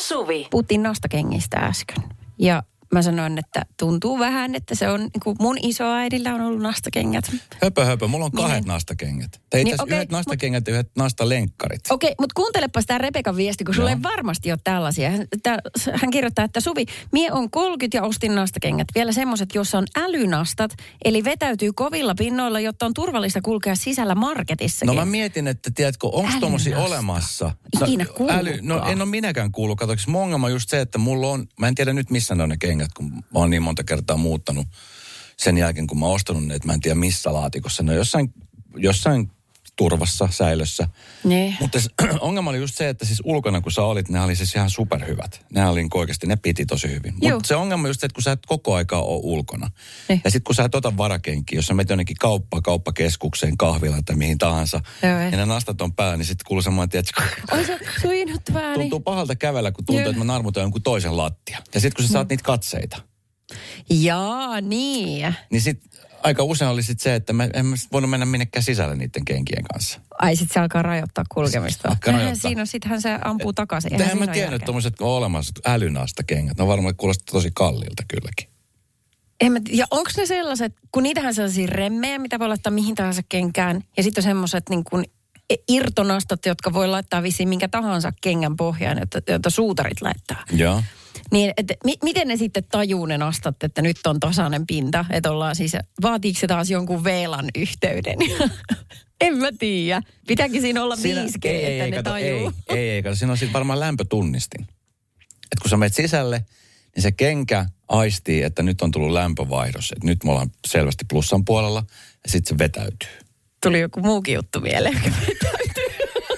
Suvi. Puhuttiin nastakengistä äsken. Ja mä sanoin, että tuntuu vähän, että se on, niin kuin mun isoäidillä on ollut nastakengät. Höpö, mulla on 2 nastakengät. Tai itse asiassa yhdet nastakengät ja yhdet nastalenkkarit. Okei, mutta kuuntelepas tämä Rebekan viesti, kun sulla ei varmasti ole tällaisia. Hän kirjoittaa, että Suvi, mie on 30 ja ostin nastakengät. Vielä semmoiset, jossa on älynastat, eli vetäytyy kovilla pinnoilla, jotta on turvallista kulkea sisällä marketissakin. No mä mietin, että tiedätkö, onko tommosia olemassa? Ikinä kuullutkaan. No en ole minäkään kuullut. Katsotaan, mun ongelma on just se, että mulla on, mä en tiedä nyt missä ne on ne kengät, kun mä oon niin monta kertaa muuttanut sen jälkeen, kun mä oon ostanut ne, että mä en tiedä missä laatikossa. Ne on jossain turvassa, säilössä. Nee. Mutta ongelma oli just se, että siis ulkona kun sä olit, ne oli siis ihan superhyvät. Ne oli oikeasti, ne piti tosi hyvin. Mutta se ongelma just se, että kun sä et koko aikaa ole ulkona. Ja sitten kun sä et ota varakenkiä, jos sä menet jonnekin kauppakeskukseen, kahvilaan tai mihin tahansa, ja ne nastat on päällä, niin sitten kuuluu semmoinen, että oi se suinhottava ääni. Tuntuu pahalta kävellä, kun tuntuu, että mä narmutan jonkun toisen lattia. Ja sitten kun sä saat niitä katseita. Jaa, niin. Niin sitten aika usein oli sit se, että en mä voinut mennä minnekään sisälle niiden kenkien kanssa. Ai sit se alkaa rajoittaa kulkemista. Siinä on, sittenhän se ampuu takaisin. Eihän mä tiennyt, että tommoset on olemassa älynasta kengät. Ne on varmaan kuulostaa tosi kalliilta kylläkin. Ja onko ne sellaiset, kun niitähän sellaisia remmejä, mitä voi laittaa mihin tahansa kenkään. Ja sitten on semmoiset niin kuin irtonastat, jotka voi laittaa vissiin minkä tahansa kengän pohjaan, jota suutarit laittaa. Joo. Niin, että miten ne sitten tajuu ne nastat, että nyt on tasainen pinta, että ollaan siis, vaatiiko se taas jonkun VLAN yhteyden? En mä tiedä. Pitääkin siinä olla 5G, että ne tajuu. Ei, kato, siinä on sitten varmaan lämpötunnistin. Että kun sä menet sisälle, niin se kenkä aistii, että nyt on tullut lämpövaihdos. Että nyt me ollaan selvästi plussan puolella ja sitten se vetäytyy. Tuli joku muukin juttu mieleen, joka vetäytyy.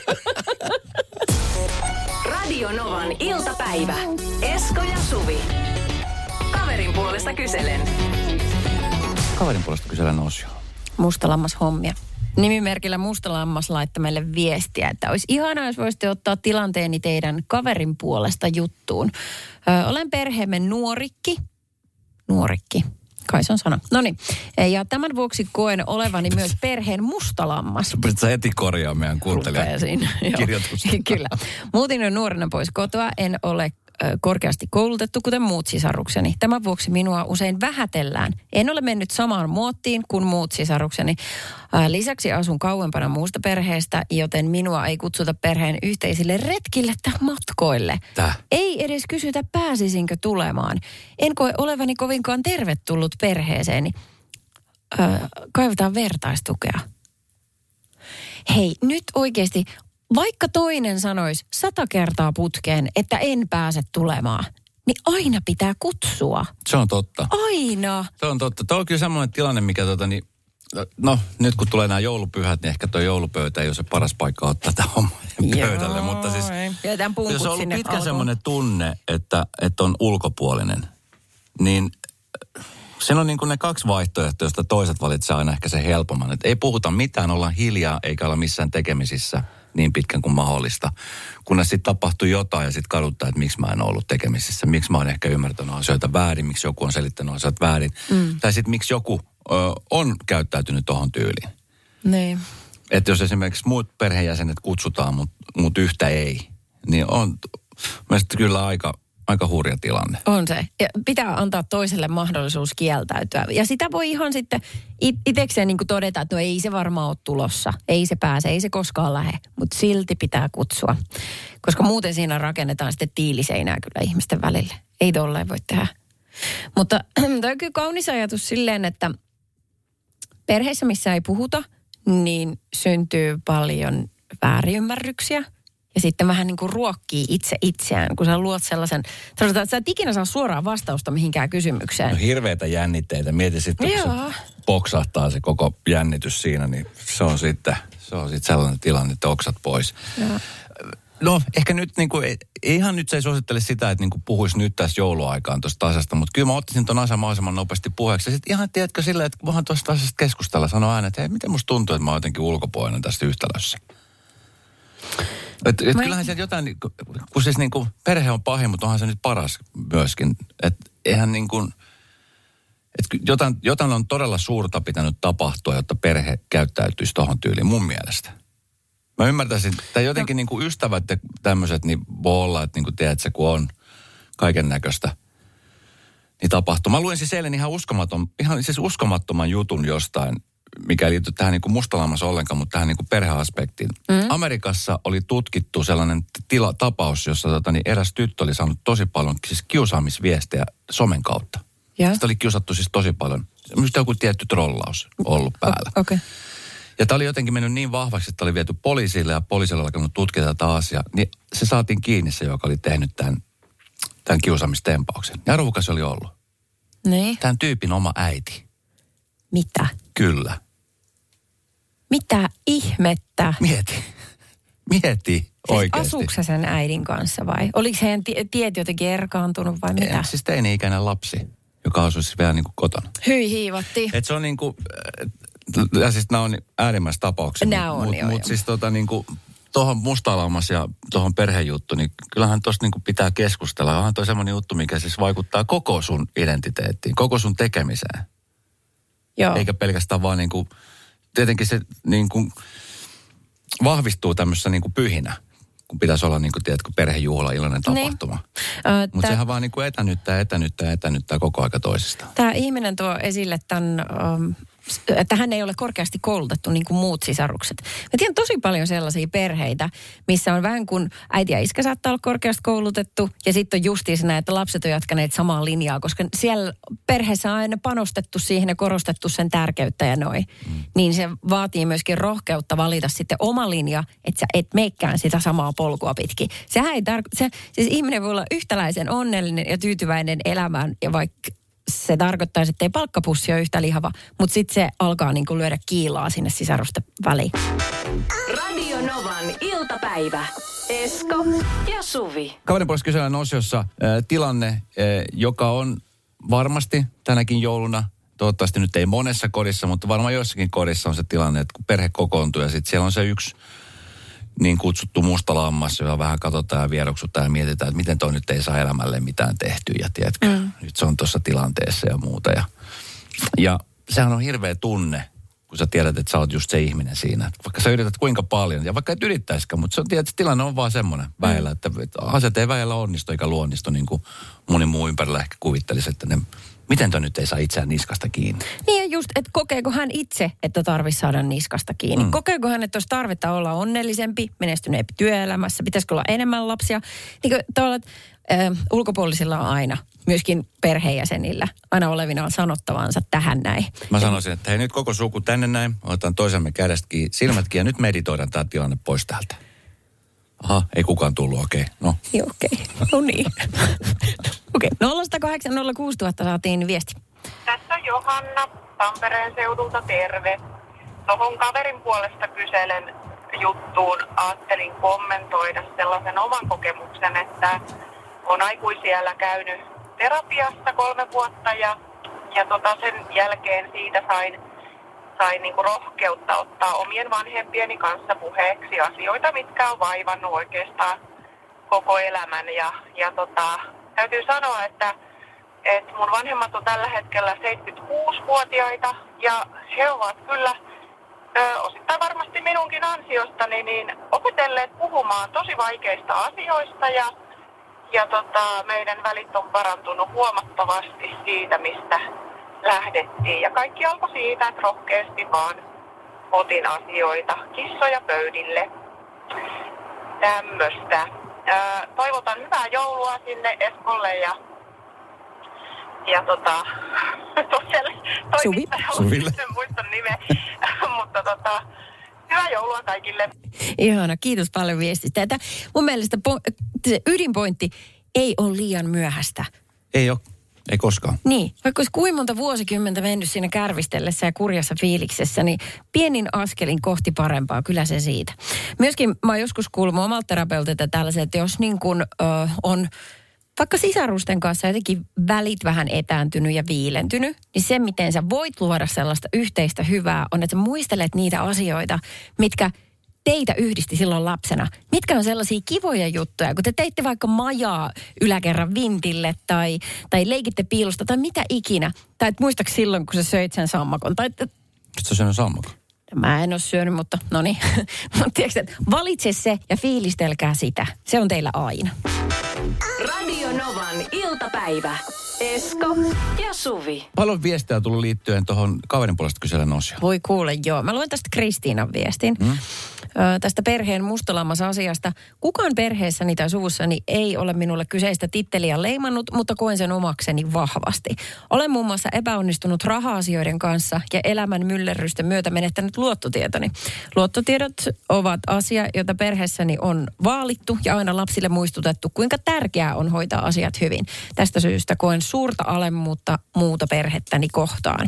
Radio Novan iltapäivä. Esko ja Suvi. Kaverin puolesta kyselen. Kaverin puolesta kyselen osio. Mustalammas hommia. Nimimerkillä Mustalammas laittoi meille viestiä, että olisi ihanaa, jos voisitte ottaa tilanteeni teidän kaverin puolesta juttuun. Olen perheemme nuorikki. Kai se on sana. Noniin. Ja tämän vuoksi koen olevani myös perheen mustalammas. Sä heti korjaa meidän kuuntelijakirjoitusta. Kyllä. Muutin jo nuorena pois kotoa. En ole korkeasti koulutettu, kuten muut sisarukseni. Tämän vuoksi minua usein vähätellään. En ole mennyt samaan muottiin kuin muut sisarukseni. Lisäksi asun kauempana muusta perheestä, joten minua ei kutsuta perheen yhteisille retkille tai matkoille. Ei edes kysytä, pääsisinkö tulemaan. En koe olevani kovinkaan tervetullut perheeseeni. Kaivataan vertaistukea. Hei, nyt oikeasti, vaikka toinen sanoisi 100 kertaa putkeen, että en pääse tulemaan, niin aina pitää kutsua. Se on totta. Aina. Se on totta. Tuo on kyllä semmoinen tilanne, mikä no nyt kun tulee nämä joulupyhät, niin ehkä tuo joulupöytä ei ole se paras paikka ottaa tätä hommaa pöydälle. Mutta siis, jos on ollut pitkän semmoinen tunne, että on ulkopuolinen, niin siinä on niin kuin ne 2 vaihtoehtoa, joista toiset valitsee aina ehkä se helpomman. Että ei puhuta mitään, ollaan hiljaa eikä olla missään tekemisissä niin pitkän kuin mahdollista. Kunnes sitten tapahtuu jotain ja sitten kaduttaa, että miksi mä en ollut tekemisissä. Miksi mä oon ehkä ymmärtänyt asioita väärin, miksi joku on selittänyt asioita väärin. Tai sitten miksi joku on käyttäytynyt tohon tyyliin. Niin. Että jos esimerkiksi muut perheenjäsenet kutsutaan, mutta yhtä ei, niin on mielestäni kyllä aika hurja tilanne. On se. Ja pitää antaa toiselle mahdollisuus kieltäytyä. Ja sitä voi ihan sitten itsekseen niin kuin todeta, että no ei se varmaan ole tulossa. Ei se pääse, ei se koskaan lähde. Mutta silti pitää kutsua. Koska muuten siinä rakennetaan sitten tiiliseinää kyllä ihmisten välille. Ei tolleen voi tehdä. Mutta tämä on kyllä kaunis ajatus silleen, että perheissä, missä ei puhuta, niin syntyy paljon väärinymmärryksiä. Ja sitten vähän niin kuin ruokkii itseään, kun sä luot sellaisen, sanotaan, että sä et ikinä saa suoraan vastausta mihinkään kysymykseen. No hirveitä jännitteitä. Mieti sitten, kun se poksahtaa se koko jännitys siinä, niin se on sitten sellainen tilanne, että oksat pois. Ja. No ehkä nyt niin kuin, ihan nyt se ei suosittele sitä, että niin kuin puhuisi nyt tässä jouluaikaan tuosta asiasta, mutta kyllä mä ottaisin ton asian mahdollisimman nopeasti puheeksi. Ja sitten ihan tiedätkö silleen, että voihan tuosta asiasta keskustella, sanoa aina, että hei, miten musta tuntuu, että mä oon jotenkin ulkopuolinen tästä yhtälössä. Kyllähän sieltä jotain, kun siis niin kuin perhe on pahin, mutta onhan se nyt paras myöskin. Että eihän niin kuin, että jotain on todella suurta pitänyt tapahtua, jotta perhe käyttäytyisi tohon tyyliin mun mielestä. Mä ymmärtäisin, tai jotenkin niin kuin ystävät ja tämmöiset, niin voi olla, että niin kuin tiedätkö, kun on kaiken näköistä, niin tapahtuu. Mä luin siis eilen ihan uskomattoman jutun jostain, mikä ei liity tähän niin kuin mustalaamassa ollenkaan, mutta tähän niin kuin perheaspektiin. Amerikassa oli tutkittu sellainen tapaus, jossa eräs tyttö oli saanut tosi paljon siis kiusaamisviestejä somen kautta. Ja. Sitä oli kiusattu siis tosi paljon. Minusta joku tietty trollaus ollut päällä. Okay. Ja tämä oli jotenkin mennyt niin vahvaksi, että oli viety poliisille ja poliisilla oli alkanut tutkia tätä asiaa. Niin se saatiin kiinni se, joka oli tehnyt tämän kiusaamistempauksen. Ja arvokas oli ollut. Niin. Tämän tyypin oma äiti. Mitä? Kyllä. Mitä ihmettä? Mieti oikeasti. Siis asuuko se sen äidin kanssa vai? Oliko heidän tiet jotenkin erkaantunut vai mitä? Siis teini-ikäinen lapsi, joka asui siis vielä niin kuin kotona. Hyi hiivatti. Et se on niin kuin, ja siis nämä on äärimmäisiä tapauksia. Nämä on jo. Mutta siis niin kuin tuohon mustalaumas ja tuohon perhejuttu, niin kyllähän tuosta niin kuin pitää keskustella. Onhan toi semmoinen juttu, mikä siis vaikuttaa koko sun identiteettiin, koko sun tekemiseen. Joo. Eikä pelkästään vaan niin kuin, tietenkin se niin kuin vahvistuu tämmöisessä niin kuin pyhinä, kun pitäisi olla niin kuin, tiedätkö, perhejuhla, iloinen tapahtuma. Niin. Mutta sehän vaan niin kuin etänyttää koko aika toisistaan. Tämä ihminen tuo esille tämän, että hän ei ole korkeasti koulutettu niin kuin muut sisarukset. Mä tiedän tosi paljon sellaisia perheitä, missä on vähän kuin äiti ja iskä saattaa olla korkeasti koulutettu ja sitten on justiinsa näin, että lapset on jatkaneet samaa linjaa, koska siellä perheessä on aina panostettu siihen ja korostettu sen tärkeyttä ja noin. Niin se vaatii myöskin rohkeutta valita sitten oma linja, että sä et meikään sitä samaa polkua pitkin. Sehän ei siis ihminen voi olla yhtäläisen onnellinen ja tyytyväinen elämään ja vaikka se tarkoittaa, että ei palkkapussi ole yhtä lihava, mutta sitten se alkaa niinku lyödä kiilaa sinne sisarusten väliin. Radio Novan iltapäivä. Esko ja Suvi. Kaverin puolesta kysellään osiossa tilanne, joka on varmasti tänäkin jouluna, toivottavasti nyt ei monessa kodissa, mutta varmaan joissakin kodissa on se tilanne, että kun perhe kokoontuu ja sitten siellä on se yksi niin kutsuttu musta lammas, jota vähän katsotaan ja vieroksutaan ja mietitään, että miten toi nyt ei saa elämälle mitään tehtyä ja tiedätkö, nyt se on tuossa tilanteessa ja muuta. Ja sehän on hirveä tunne, kun sä tiedät, että sä oot just se ihminen siinä. Vaikka sä yrität kuinka paljon ja vaikka et yrittäisikään, mutta se on, tiedät, tilanne on vaan semmoinen väillä, että asiat ei väillä onnistu eikä luonnistu niin kuin moni muu ympärillä ehkä kuvittelisi, että miten toi nyt ei saa itseään niskasta kiinni? Niin ja just, että kokeeko hän itse, että tarvitsisi saada niskasta kiinni? Kokeeko hän, että olisi tarvetta olla onnellisempi, menestyneempi työelämässä? Pitäisikö olla enemmän lapsia? Niin kuin tavallaan, ulkopuolisilla on aina, myöskin perheenjäsenillä, aina olevinaan sanottavansa tähän näin. Mä sanoisin, että hei nyt koko suku tänne näin, otetaan toisemme kädestä silmät kiinni ja nyt meditoidaan tämä tilanne pois täältä. Aha, ei kukaan tullut, okei. No. Joo, okei. No niin. Okei, 0108 06000 saatiin viesti. Tässä on Johanna Tampereen seudulta, terve. Tuohon kaverin puolesta kyselen juttuun ajattelin kommentoida sellaisen oman kokemuksen, että on aikuisiällä käynyt terapiassa 3 vuotta ja sen jälkeen siitä sain niin kuin rohkeutta ottaa omien vanhempieni kanssa puheeksi asioita, mitkä on vaivannut oikeastaan koko elämän. Täytyy sanoa, että mun vanhemmat on tällä hetkellä 76-vuotiaita ja he ovat kyllä osittain varmasti minunkin ansiostani niin opetelleet puhumaan tosi vaikeista asioista ja meidän välit on parantunut huomattavasti siitä, mistä lähdettiin. Ja kaikki alkoi siitä, että rohkeasti vaan otin asioita kissoja pöydille. Tämmöistä. Toivotan hyvää joulua sinne Eskolle ja Suville. En muista nimeä, mutta hyvää joulua kaikille. Ihana, kiitos paljon viestistä. Mun mielestä se ydinpointti ei ole liian myöhäistä. Ei ole. Ei koskaan. Niin, vaikka olisi kuinka monta vuosikymmentä mennyt siinä kärvistellessä ja kurjassa fiiliksessä, niin pienin askelin kohti parempaa, kyllä se siitä. Myöskin mä oon joskus kuullut omalta terapeutilta tällaisen, että jos niin kuin on vaikka sisarusten kanssa jotenkin välit vähän etääntynyt ja viilentynyt, niin se, miten sä voit luoda sellaista yhteistä hyvää, on, että sä muistelet niitä asioita, mitkä teitä yhdisti silloin lapsena. Mitkä on sellaisia kivoja juttuja, kun te teitte vaikka majaa yläkerran vintille tai leikitte piilusta tai mitä ikinä. Tai et muistaaks silloin, kun sä söit sen sammakon. Tai sitten se on sammakon. Mä en ole syönyt, mutta no niin. Mutta tiedätkö, että valitse se ja fiilistelkää sitä. Se on teillä aina. Radio Novan iltapäivä. Esko ja Suvi. Paljon viestejä on tullut liittyen tuohon kaverin puolesta kyselen osioon. Voi kuule, joo. Mä luen tästä Kristiinan viestin. Tästä perheen mustalammasasiasta. Kukaan perheessäni tai suvussani ei ole minulle kyseistä titteliä leimannut, mutta koen sen omakseni vahvasti. Olen muun muassa epäonnistunut raha-asioiden kanssa ja elämän myllerrysten myötä menettänyt luottotietoni. Luottotiedot ovat asia, jota perheessäni on vaalittu ja aina lapsille muistutettu, kuinka tärkeää on hoitaa asiat hyvin. Tästä syystä koen suurta alemmuutta muuta perhettäni kohtaan.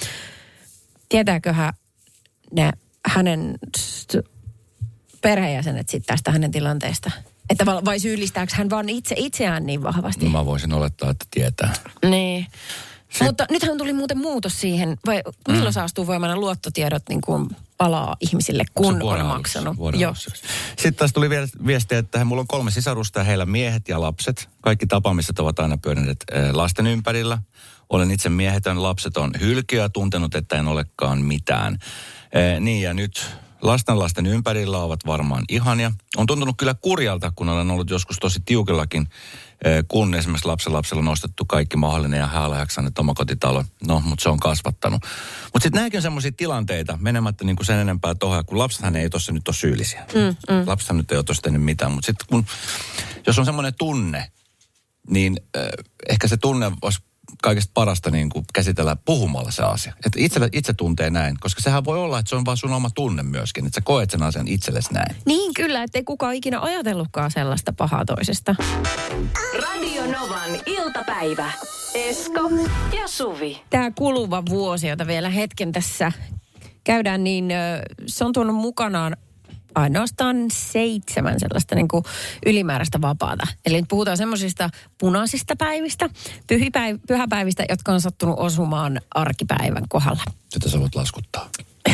Tietääköhän ne hänen perheenjäsenet sitten tästä hänen tilanteesta? Että vai syyllistääkö hän vaan itseään niin vahvasti? No mä voisin olettaa, että tietää. Niin. Mutta nythän tuli muuten muutos siihen, vai milloin se astuu voimana luottotiedot niin kuin palaa ihmisille, kun on maksanut? Joo. Sitten taas tuli viestiä, että mulla on 3 sisarusta ja heillä miehet ja lapset. Kaikki tapaamiset ovat aina pyörineet lasten ympärillä. Olen itse miehetön, lapset on hylkiöä tuntenut, että en olekaan mitään. Niin ja nyt lasten ympärillä ovat varmaan ihania. On tuntunut kyllä kurjalta, kun olen ollut joskus tosi tiukillakin, kun esimerkiksi lapsella on nostettu kaikki mahdollinen ja häälääksän omakotitalo. No, mutta se on kasvattanut. Mutta sitten nämäkin on semmoisia tilanteita, menemättä niinku sen enempää tuohon, kun lapsethan ei tuossa nyt ole syyllisiä. Lapsethan nyt ei ole tuossa tehnyt mitään, mutta sitten jos on semmoinen tunne, niin ehkä se tunne olisi kaikesta parasta niin kuin käsitellä puhumalla se asia. Että itse tuntee näin, koska sehän voi olla, että se on vaan sun oma tunne myöskin, että sä koet sen asian itsellesi näin. Niin kyllä, ettei kukaan ikinä ajatellutkaan sellaista pahaa toisesta. Radio Novan iltapäivä. Esko ja Suvi. Tämä kuluva vuosi, jota vielä hetken tässä käydään, niin se on tuonut mukanaan ainoastaan 7 sellaista niin kuin ylimääräistä vapaata. Eli nyt puhutaan semmoisista punaisista päivistä, pyhäpäivistä, jotka on sattunut osumaan arkipäivän kohdalla. Sitä sä voit laskuttaa.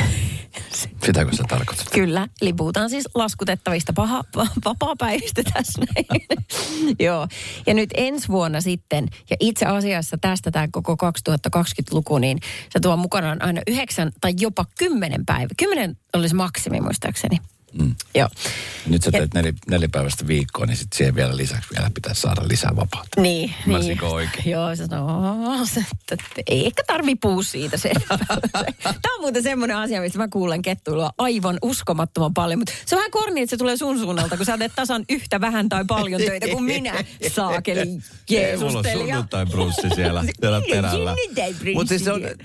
Sitäkö sä tarkoitat? Kyllä, eli puhutaan siis laskutettavista vapaapäivistä tässä näin. Joo, ja nyt ensi vuonna sitten, ja itse asiassa tästä tämä koko 2020-luku, niin se tuo mukanaan aina 9 tai jopa 10 päivää. 10 olisi maksimi muistaakseni. Joo. Nyt sä teet 4 päivästä viikkoa, niin sitten siihen vielä lisäksi vielä pitäisi saada lisää vapaata. Niin. Ymmärsinkö oikein? Joo, ei ehkä tarvii puhua siitä sen. Tämä on muuten semmoinen asia, mistä mä kuulen kettuilua aivan uskomattoman paljon, mutta se on vähän korni, että se tulee sun suunnalta, kun sä teet tasan yhtä vähän tai paljon töitä kuin minä, saakeli Jeesustelija. Mulla on sunnuntai-brunssi siellä perällä. Mutta siis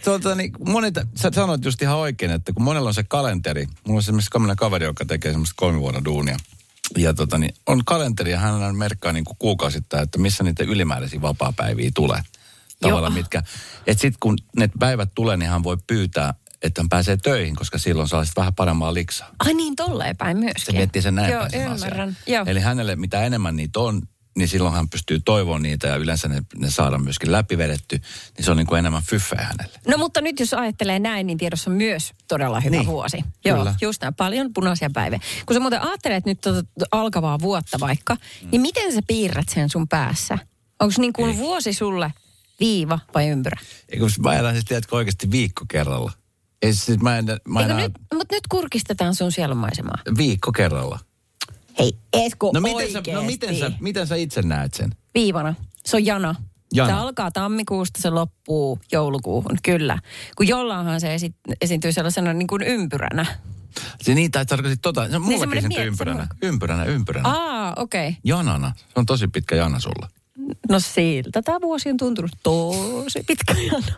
sä sanoit just ihan oikein, että kun monella on se kalenteri, mulla on esimerkiksi kaveri, joka tekee semmoista 3 vuoden duunia. Ja on kalenteri ja hän merkkaa niin kuin kuukausittain, että missä niitä ylimääräisiä vapaapäiviä tulee. Tavallaan mitkä. Että sitten kun ne päivät tulee, niin hän voi pyytää, että hän pääsee töihin, koska silloin saa sitten vähän parempaa liksaa. Ai niin, tolleen päin myöskin. Se miettii sen näin päin sen asian. Eli hänelle mitä enemmän niitä on, niin silloin hän pystyy toivomaan niitä ja yleensä ne saadaan myöskin läpivedetty, niin se on niin kuin enemmän fyffeä hänelle. No mutta nyt jos ajattelee näin, niin tiedossa on myös todella hyvä vuosi. Joo, kyllä. Just näin, paljon punaisia päiviä. Kun sä muuten ajattelet nyt alkavaa vuotta vaikka, niin miten sä piirrät sen sun päässä? Onko niin kuin vuosi sulle viiva vai ympyrä? Eikö mä elän siis tiedätkö oikeasti viikko kerralla. Siis Mutta nyt kurkistetaan sun sielunmaisemaa. Viikko kerralla. Hei, Esko, miten sä itse näet sen? Viivana. Se on jana. Se alkaa tammikuusta, se loppuu joulukuuhun, kyllä. Kun jollainhan se esiintyy sellaisena niin kuin ympyränä. Se niin, tai tarkoitit Se on mullakin esiintyy ympyränä. Okei. Okay. Janana. Se on tosi pitkä jana sulla. No siltä tämä vuosi on tuntunut tosi pitkä jana.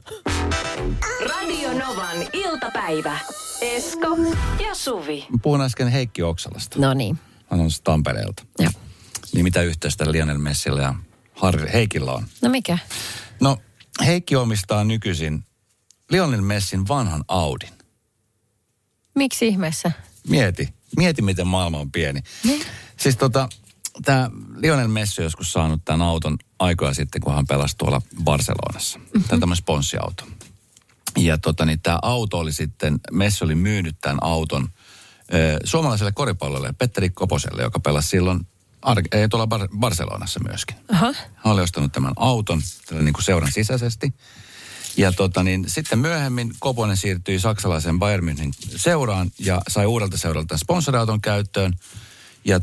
Radio Novan iltapäivä. Esko ja Suvi. Puhun äsken Heikki Oksalasta. No niin. Hän on Tampereelta. Joo. Niin mitä yhteistä Lionel Messillä ja Heikillä on? No mikä? No Heikki omistaa nykyisin Lionel Messin vanhan Audin. Miksi ihmeessä? Mieti miten maailma on pieni. Siis tämä Lionel Messi on joskus saanut tämän auton aikoja sitten, kun hän pelasi tuolla Barcelonassa. Tämä on tämmöinen sponssiauto. Ja tämä auto oli sitten, Messi oli myynyt tämän auton suomalaiselle koripallolle, Petteri Koposelle, joka pelasi silloin tuolla Barcelonassa myöskin. Aha. Hän oli ostanut tämän auton niin kuin seuran sisäisesti. Ja sitten myöhemmin Koponen siirtyi saksalaisen Bayern Münchenin seuraan ja sai uudelta seuralta sponsoriauton käyttöön. Ja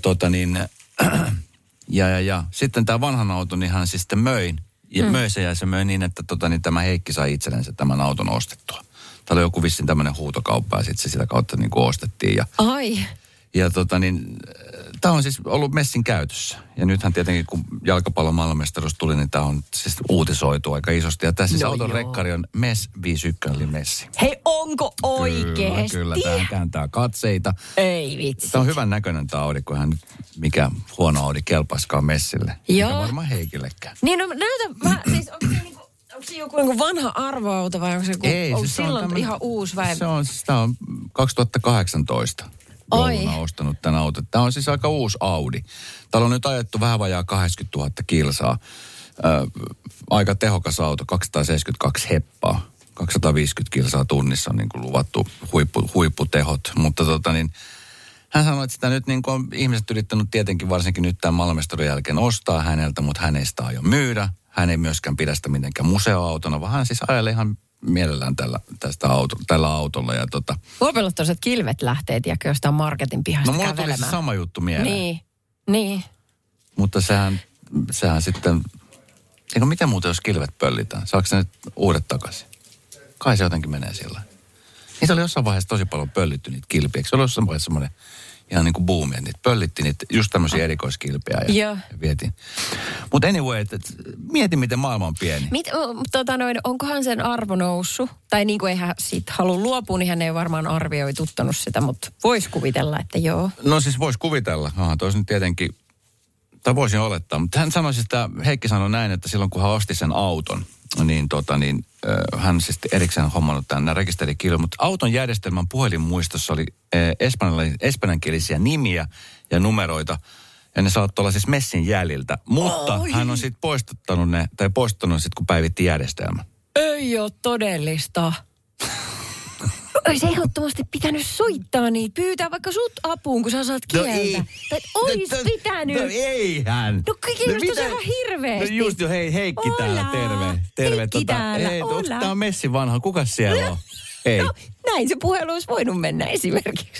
ja sitten tämä vanhan auton, niin hän siis sitten möi. Ja möi se möi niin, että tämä Heikki sai itsellensä tämän auton ostettua. Täällä oli joku vissiin tämmöinen huutokauppa ja sitten se sitä kautta niin kuin ostettiin. Ai. Ja tämä on siis ollut Messin käytössä. Ja nythän tietenkin, kun jalkapallon maailmanmestaruus tuli, niin tämä on siis uutisoitu aika isosti. Ja tässä siis auton rekkari on MES 51 eli Messi. Hei, onko oikeesti? Kyllä, tämä kääntää katseita. Ei vitsi. Tämä on hyvän näköinen tämä Audi, kun hän nyt mikä huono Audi kelpaiskaan Messille. Joo. Eikä varmaan Heikillekään. Niin, no näytä, siis onko se joku niin vanha arvoauto vai onko se joku, ei, onko siis silloin ihan uusi vai? Tämä on 2018. Jouluna ostanut tämän auton. Tämä on siis aika uusi Audi. Täällä on nyt ajettu vähän vajaa 80 000 kilsaa. Aika tehokas auto, 272 heppaa. 250 kilsaa tunnissa on niin kuin luvattu huipputehot. Mutta hän sanoi, että sitä nyt niin kuin on ihmiset yrittänyt tietenkin varsinkin nyt tämän maailmanmestaruuden jälkeen ostaa häneltä, mutta hän ei sitä aio myydä. Hän ei myöskään pidä sitä mitenkään museoautona, vaan hän siis ajelee ihan mielellään tällä autolla. Ja Huopella tuollaiset kilvet lähtee, tiedätkö, jostain marketin pihasta kävelemään. kävelemään. Mulla tuli se sama juttu mieleen. Niin. Mutta sehän sitten, eikö miten muuten jos kilvet pöllitään? Saako se nyt uudet takaisin? Kai se jotenkin menee sillä. Niitä oli jossain vaiheessa tosi paljon pöllitty niitä kilpiä. Eikö se oli jossain vaiheessa semmoinen ihan niin kuin boom, että niitä pöllitti niitä just tämmöisiä erikoiskilpiä ja vietiin. Mutta anyway, mieti miten maailma on pieni. Onkohan sen arvo noussut? Tai niin kuin eihän siitä halua luopua, niin hän ei varmaan arvioituttanut sitä, mutta voisi kuvitella, että joo. No siis voisi kuvitella. Toisi nyt tietenkin, tai voisin olettaa. Mutta hän sanoi siis, Heikki sanoi näin, että silloin kun hän osti sen auton, niin hän siis erikseen hommannut tämän rekisterikiljon, mutta auton järjestelmän puhelinmuistossa oli espanjankielisiä nimiä ja numeroita, ja ne saattoi olla siis Messin jäljiltä. Mutta hän on sitten poistanut sitten, kun päivitti järjestelmä. Ei ole todellista. Olisi ehdottomasti pitänyt soittaa niitä, pyytää vaikka sut apuun, kun sä saat kieltä. Tai ois pitänyt. No eihän. No kiinnostus ihan hirveästi. No just jo, hei Heikki täällä, terve. Heikki täällä, tää on Messin vanha, kukas siellä on? Ei. No näin se puhelu olisi voinut mennä esimerkiksi.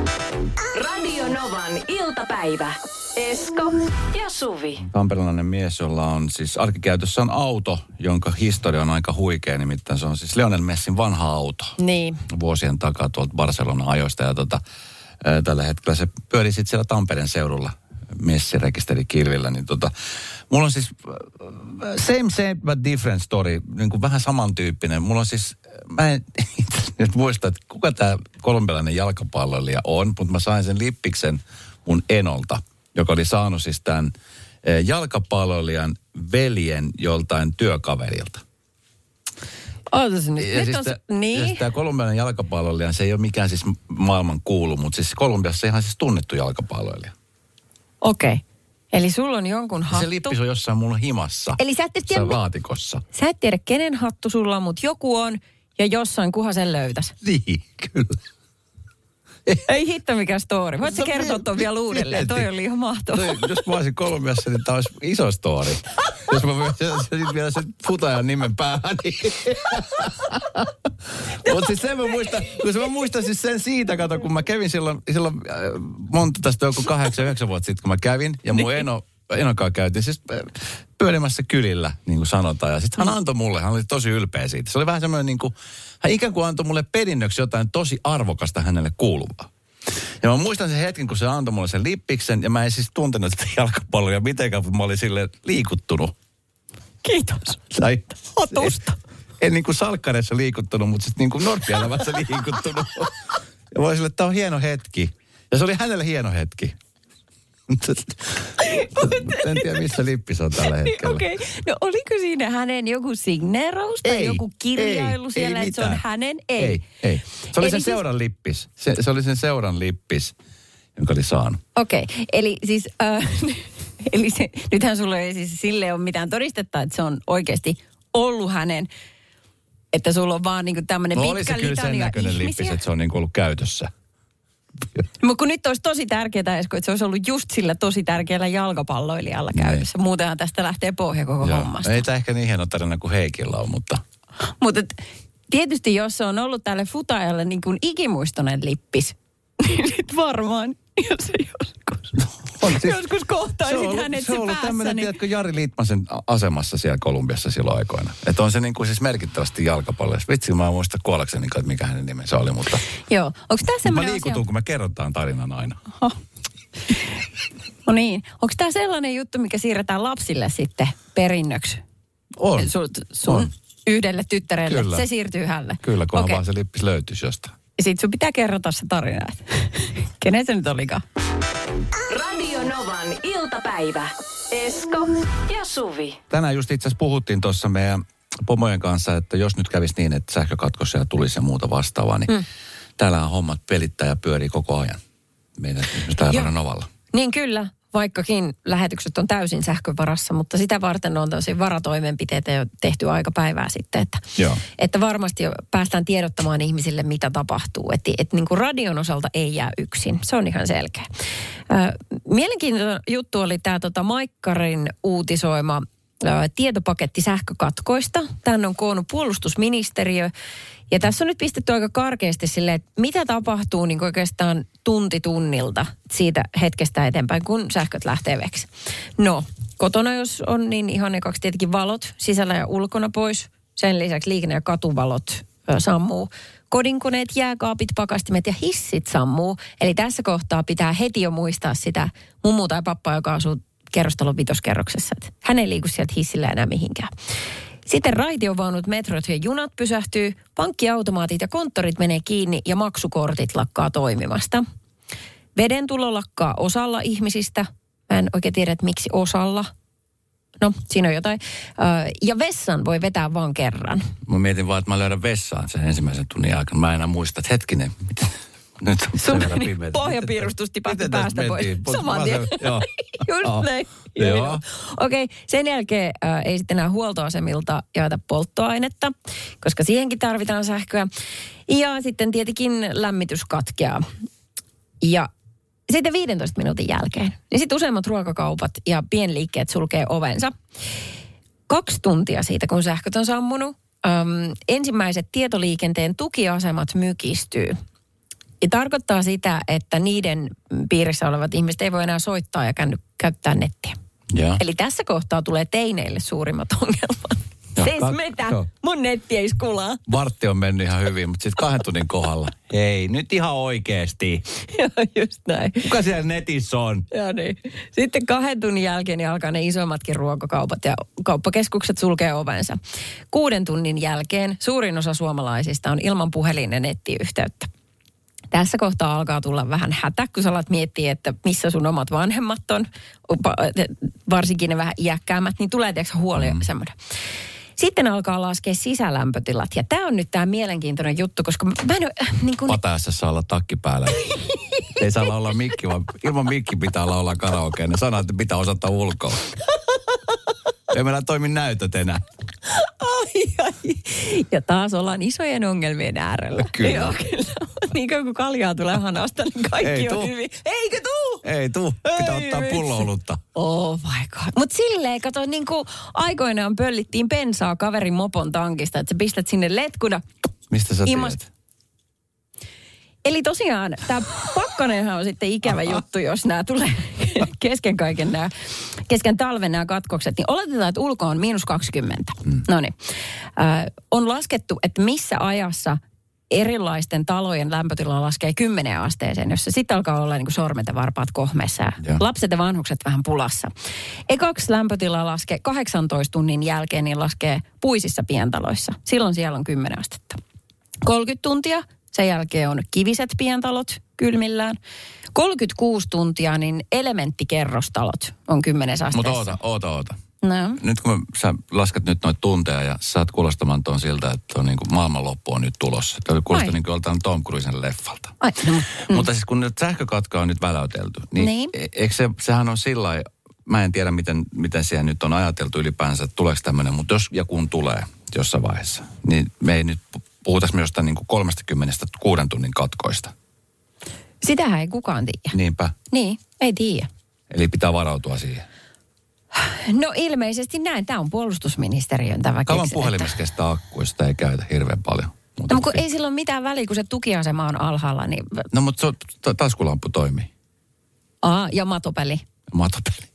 Radio Novan iltapäivä. Esko ja Suvi. Tamperelainen mies, jolla on siis arkikäytössä on auto, jonka historia on aika huikea. Nimittäin se on siis Lionel Messin vanha auto. Niin. Vuosien takaa tuolta Barcelonan ajoista. Ja tällä hetkellä se pyörii sitten siellä Tampereen seudulla Messi-rekisterikilvillä. Niin mulla on siis same but different story. Niin kuin vähän samantyyppinen. Mulla on siis, mä en nyt muista, että kuka tämä kolumbialainen jalkapalloilija on, mutta mä sain sen lippiksen mun enolta, joka oli saanut siis tämän jalkapalloilijan veljen joltain työkaverilta. Ootas nyt. Ja siis tämä kolumbialainen jalkapalloilija, se ei ole mikään siis maailman kuulu, mutta siis Kolumbiassa ihan siis tunnettu jalkapalloilija. Okei. Eli sulla on jonkun hattu. Se lippis on jossain mun himassa. Eli sä et tiedä, laatikossa. Sä et tiedä, kenen hattu sulla on, mutta joku on ja jossain kuha sen löytäisi. Niin, kyllä. Ei hitto mikään story. Voitko kertoa tuon vielä uudelleen? Toi oli ihan mahtavaa. Jos mä olisin Kolumbiassa, niin tää olisi iso story. Jos mä vielä sen futajan nimen päähän, niin... Mutta siis sen mä muistan siis sen siitä, kato, kun mä kävin silloin monta tästä joku 8-9 vuotta sitten, kun mä kävin, ja mun enokaan käytiin siis pyörimässä kylillä, niin kuin sanotaan. Ja sitten hän antoi mulle, hän oli tosi ylpeä siitä. Se oli vähän semmoinen niin kuin, hän ikään kuin antoi mulle perinnöksi jotain tosi arvokasta hänelle kuuluvaa. Ja mä muistan sen hetken, kun se antoi mulle sen lippiksen, ja mä en siis tuntenut sitä jalkapalloa mitenkään, kun mä olin silleen liikuttunut. Kiitos. Tai hatusta. En niin kuin salkkareissa liikuttunut, mutta sitten niin kuin norppielämässä liikuttunut. Ja mä olin silleen, että tää on hieno hetki. Ja se oli hänelle hieno hetki. En tiedä, missä lippis on tällä hetkellä. Okei. No oliko siinä hänen joku signeeraus tai joku kirjailu siellä, että se on hänen? Ei. Se oli sen seuran lippis. Se oli sen seuran lippis, jonka oli saanut. Okei. Eli siis, nythän sulla ei siis sille ole mitään todistetta, että se on oikeasti ollut hänen, että sulla on vaan niinku tämmöinen pitkä litania ihmisiä. Oli se kyllä sen näköinen lippis, että se on niinku ollut käytössä. Mutta kun nyt olisi tosi tärkeää, Esko, että se olisi ollut just sillä tosi tärkeällä jalkapalloilijalla käytössä. Muutenhan tästä lähtee pohja koko hommasta. Ei tämä ehkä niin hieno tarina kuin Heikillä on, mutta... Mutta tietysti jos se on ollut tälle futaajalle niin kuin ikimuistoinen lippis, niin sit varmaan, jos se joskus kohtaisit hänet se on ollut päässä. tämmöinen, niin... tiedätkö, Jari Litmasen asemassa siellä Kolumbiassa silloin aikoina. Että on se niin kuin siis merkittävästi jalkapallossa. Vitsi, mä en muista kuollakseni, että mikä hänen nimensä oli, mutta... Joo, onko tämä semmoinen mä liikutun, kun me kerrotaan tarinan aina. No niin, onko tämä sellainen juttu, mikä siirretään lapsille sitten perinnöksi? On. Sun yhdelle tyttärelle, Kyllä. se siirtyy hänelle. Kyllä, kunhan vaan se lippis löytyisi jostain. Ja sit sun pitää kerrota se tarina. Kenen se nyt olikaan? Radio Novan iltapäivä. Esko ja Suvi. Tänään just itse asiassa puhuttiin tuossa meidän pomojen kanssa, että jos nyt kävisi niin, että sähkökatkossa tulisi ja muuta vastaavaa, niin täällähän hommat pelittää ja pyörii koko ajan. Meidän täällä Radio Novalla. Niin kyllä, vaikkakin lähetykset on täysin sähkön varassa, mutta sitä varten on tämmöisiä varatoimenpiteitä jo tehty aika päivää sitten, että varmasti päästään tiedottamaan ihmisille, mitä tapahtuu. Että niin kuin radion osalta ei jää yksin, se on ihan selkeä. Mielenkiintoinen juttu oli tämä Maikkarin uutisoima tietopaketti sähkökatkoista. Tämän on koonnut puolustusministeriö. Ja tässä on nyt pistetty aika karkeasti silleen, että mitä tapahtuu niin oikeastaan tunti tunnilta siitä hetkestä eteenpäin, kun sähköt lähtee veksi. No, kotona jos on, niin ihan ekaksi tietenkin valot sisällä ja ulkona pois. Sen lisäksi liikenne- ja katuvalot sammuu. Kodinkoneet, jääkaapit, pakastimet ja hissit sammuu. Eli tässä kohtaa pitää heti jo muistaa sitä mummu tai pappa, joka asuu kerrostalon 5. kerroksessa. Hän ei liiku sieltä hissillä enää mihinkään. Sitten raitiovaunut, metrot ja junat pysähtyy, pankkiautomaatit ja konttorit menee kiinni ja maksukortit lakkaa toimimasta. Veden tulo lakkaa osalla ihmisistä. Mä en oikein tiedä, että miksi osalla. No, siinä on jotain. Ja vessan voi vetää vaan kerran. Mä mietin vaan, että mä löydän vessaan sen ensimmäisen tunnin aikana. Mä enää muista, että hetkinen, mitä... Nyt on sun pohjapiirustus tipahti päästä pois. Saman tien. Just näin. Joo. Okei, sen jälkeen ei sitten enää huoltoasemilta jaeta polttoainetta, koska siihenkin tarvitaan sähköä. Ja sitten tietenkin lämmitys katkeaa. Ja sitten 15 minuutin jälkeen, niin sitten useimmat ruokakaupat ja pienliikkeet sulkee ovensa. 2 tuntia siitä, kun sähköt on sammunut, ensimmäiset tietoliikenteen tukiasemat mykistyy. Ja tarkoittaa sitä, että niiden piirissä olevat ihmiset ei voi enää soittaa ja käyttää nettiä. Ja. Eli tässä kohtaa tulee teineille suurimmat ongelmat. Mun netti ei skulaa. Vartti on mennyt ihan hyvin, mutta sitten 2 tunnin kohdalla. Hei, nyt ihan oikeesti. Joo, just näin. Kuka siellä netissä on? Joo niin. Sitten 2 tunnin jälkeen niin alkaa ne isommatkin ruokakaupat ja kauppakeskukset sulkee ovensa. 6 tunnin jälkeen suurin osa suomalaisista on ilman puhelin- ja nettiyhteyttä. Tässä kohtaa alkaa tulla vähän hätä, kun sä alat miettiä, että missä sun omat vanhemmat on, varsinkin ne vähän iäkkäämmät, niin tulee tiedätkö huoli semmoinen. Sitten alkaa laskea sisälämpötilat. Ja tämä on nyt tämä mielenkiintoinen juttu, koska mä en ole niin kuin... Patajassa saa olla takki päällä. Ei saa olla mikki, vaan ilman mikki pitää olla karaokea. Ne sanoo, että pitää osata ulkoa. Ei meillä toimi näytöt enää. Ai. Ja taas ollaan isojen ongelmien äärellä. Kyllä. Joo, kyllä. Niin kuin kaljaa tulee hanasta, niin kaikki on hyvin. Eikö tuu? Ei tuu. Pitää ottaa pulloolutta. Oh my god. Mutta silleen, kato, niin kuin aikoinaan pöllittiin bensaa kaverin mopon tankista, että sä pistät sinne letkuna. Mistä sä tiedät? Eli tosiaan, tämä pakkanenhan on sitten ikävä juttu, jos nämä tulee kesken talven nämä katkokset. Niin oletetaan, että ulko on -20. Noniin. On laskettu, että missä ajassa erilaisten talojen lämpötila laskee 10 asteeseen, jossa sitten alkaa olla niin kuin sormet ja varpaat kohmeessa ja lapset ja vanhukset vähän pulassa. Ekaksi lämpötila laskee 18 tunnin jälkeen, niin laskee puisissa pientaloissa. Silloin siellä on 10 astetta. 30 tuntia. Sen jälkeen on kiviset pientalot kylmillään. 36 tuntia, niin elementtikerrostalot on 10 asteessa. Mutta oota. No. Nyt kun sä lasket nyt noita tunteja ja saat kuulostamaan tuon siltä, että on niin kuin maailmanloppu on nyt tulossa. Tämä kuulostaa niin kuin joltain Tom Cruisen leffalta. Mutta siis kun nyt sähkökatka on nyt väläytelty, niin. Eikö sehän on sillä lailla, mä en tiedä miten siellä nyt on ajateltu ylipäänsä, että tuleeko tämmöinen, mutta jos ja kun tulee jossain vaiheessa, niin me ei nyt puhutaan jostain niin kuin 36 tunnin katkoista. Sitähän ei kukaan tiedä. Niinpä. Niin, ei tiedä. Eli pitää varautua siihen. No ilmeisesti näin. Tämä on puolustusministeriön tämä Kauan keksi, puhelimessa kestää akkuista, ei käytä hirveän paljon. No, kun ei sillä ole mitään väliä, kun se tukiasema on alhaalla, niin... No, mutta taskulampu toimii. Ja matopeli. Matopeli.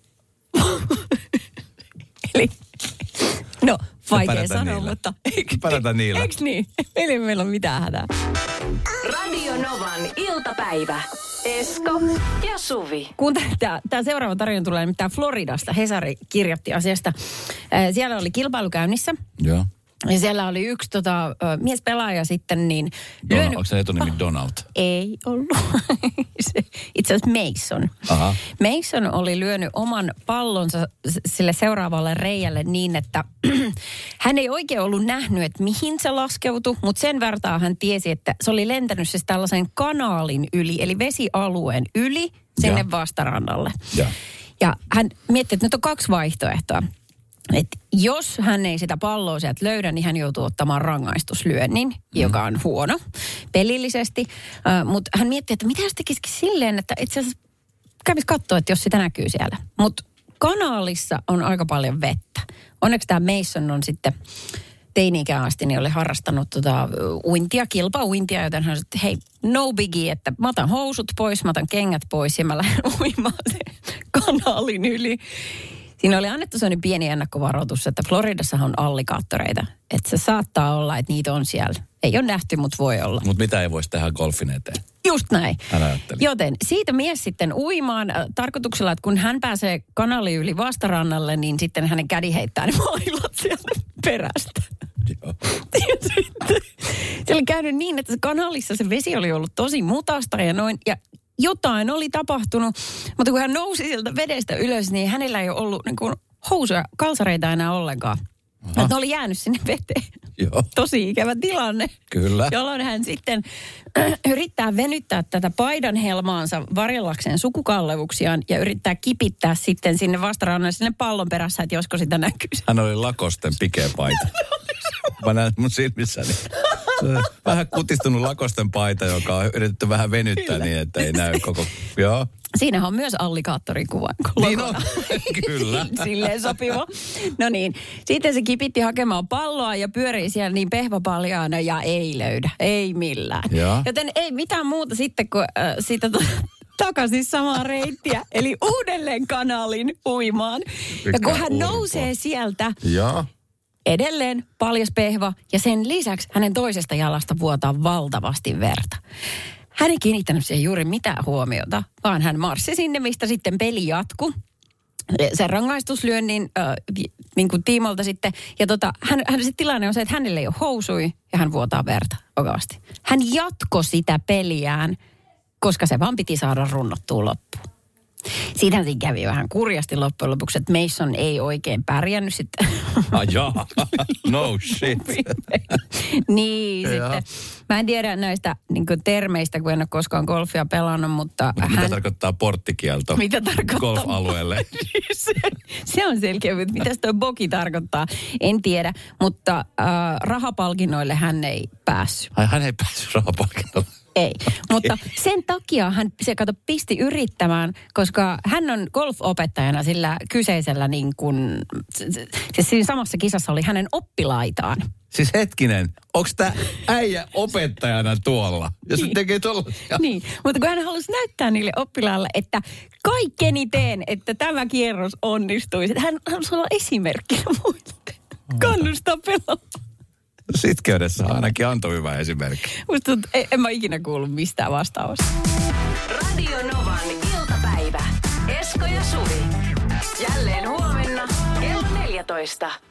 Eli, no, vaikea pärjätä sanoa, niillä. mutta... Pärjätä niillä. Eikö niin? Eli meillä on mitään hätää. Radio Novan iltapäivä. Esko ja Suvi. Kun tämä seuraava tarina tulee nimittäin Floridasta. Hesari kirjoitti asiasta. Siellä oli kilpailu käynnissä. Joo. Ja siellä oli yksi miespelaaja sitten niin... Onko se etunimi Donald? Ei ollut. Itse asiassa Mason. Aha. Mason oli lyönyt oman pallonsa sille seuraavalle reijälle niin, että hän ei oikein ollut nähnyt, että mihin se laskeutui, mutta sen vertaan hän tiesi, että se oli lentänyt siis tällaisen kanaalin yli, eli vesialueen yli sinne vastarannalle. Ja hän mietti, että nyt on 2 vaihtoehtoa. Että jos hän ei sitä palloa sieltä löydä, niin hän joutuu ottamaan rangaistuslyönnin, joka on huono pelillisesti. Mutta hän miettii, että mitä jos tekisikin silleen, että itse asiassa kävisi katsoa, että jos sitä näkyy siellä. Mutta kanaalissa on aika paljon vettä. Onneksi tämä Mason on sitten teini-ikään asti niin oli harrastanut kilpauintia, joten hän sanoi, että hei, no biggie, että mä otan housut pois, mä otan kengät pois ja mä lähden uimaan sen kanaalin yli. Siinä oli annettu sellainen pieni ennakkovaroitus, että Floridassahan on allikaattoreita. Että se saattaa olla, että niitä on siellä. Ei ole nähty, mutta voi olla. Mutta mitä ei voisi tehdä golfin eteen? Just näin. Hän ajatteli. Joten siitä mies sitten uimaan tarkoituksella, että kun hän pääsee kanali yli vastarannalle, niin sitten hänen kädi heittää ne mailat sieltä perästä. Joo. Ja sitten se oli käynyt niin, että kanalissa se vesi oli ollut tosi mutasta ja noin. Ja jotain oli tapahtunut, mutta kun hän nousi sieltä vedestä ylös, niin hänellä ei ole ollut niin kuin housuja, kalsareita enää ollenkaan. Että ne oli jäänyt sinne veteen. Joo. Tosi ikävä tilanne. Kyllä. Jolloin hän sitten yrittää venyttää tätä paidan helmaansa varjellakseen sukukallevuksiaan ja yrittää kipittää sitten sinne vastarannalle sinne pallon perässä, että josko sitä näkyy. Hän oli Lakosten pikepaita. Mä näen mun silmissäni. Vähän kutistunut Lakosten paita, joka on yritetty vähän venyttää niin, että ei näy koko... Joo. Siinähän on myös allikaattorin kuva. Niin on, kyllä. Silleen sopiva. No niin, sitten se kipitti hakemaan palloa ja pyörii siellä niin pehvapaljaana ja ei löydä, ei millään. Ja. Joten ei mitään muuta sitten kuin siitä takaisin samaa reittiä, eli uudelleen kanaalin uimaan. Ja kun hän nousee sieltä... Ja. Edelleen paljas pehva ja sen lisäksi hänen toisesta jalasta vuotaa valtavasti verta. Hän ei kiinnittänyt siihen juuri mitään huomiota, vaan hän marssi sinne, mistä sitten peli jatkui. Sen rangaistuslyönnin niin kuin tiimalta sitten. Ja hän se tilanne on se, että hänellä ei ole housui ja hän vuotaa verta vakavasti. Hän jatkoi sitä peliään, koska se vaan piti saada runnottua loppuun. Siitähän siinä kävi vähän kurjasti loppujen lopuksi, että Mason ei oikein pärjännyt sitten. Jaa, no shit. Niin, sitten. Mä en tiedä näistä niin kuin termeistä, kun en ole koskaan golfia pelannut, mutta mitä tarkoittaa porttikielto mitä tarkoittaa golf-alueelle? se on selkeä, mutta mitä toi bogi tarkoittaa, en tiedä. Mutta rahapalkinnoille hän ei päässyt. Ai, hän ei päässyt rahapalkinnolle. Ei, mutta sen takia hän pisti yrittämään, koska hän on golf-opettajana sillä kyseisellä niin kuin, siis siinä samassa kisassa oli hänen oppilaitaan. Siis hetkinen, onko tämä äijä opettajana tuolla, jos se tekee tollaisia? Niin, mutta kun hän halusi näyttää niille oppilaille, että kaikkeni teen, että tämä kierros onnistuisi. Hän halusi olla esimerkkinä muille. Kannustaa pelaamaan. Sitkeydessä ainakin antoi hyvä esimerkki. Musta en mä ikinä kuullut mistään vastaavasta. Radio Novan iltapäivä. Esko ja Suvi. Jälleen huomenna kello 14.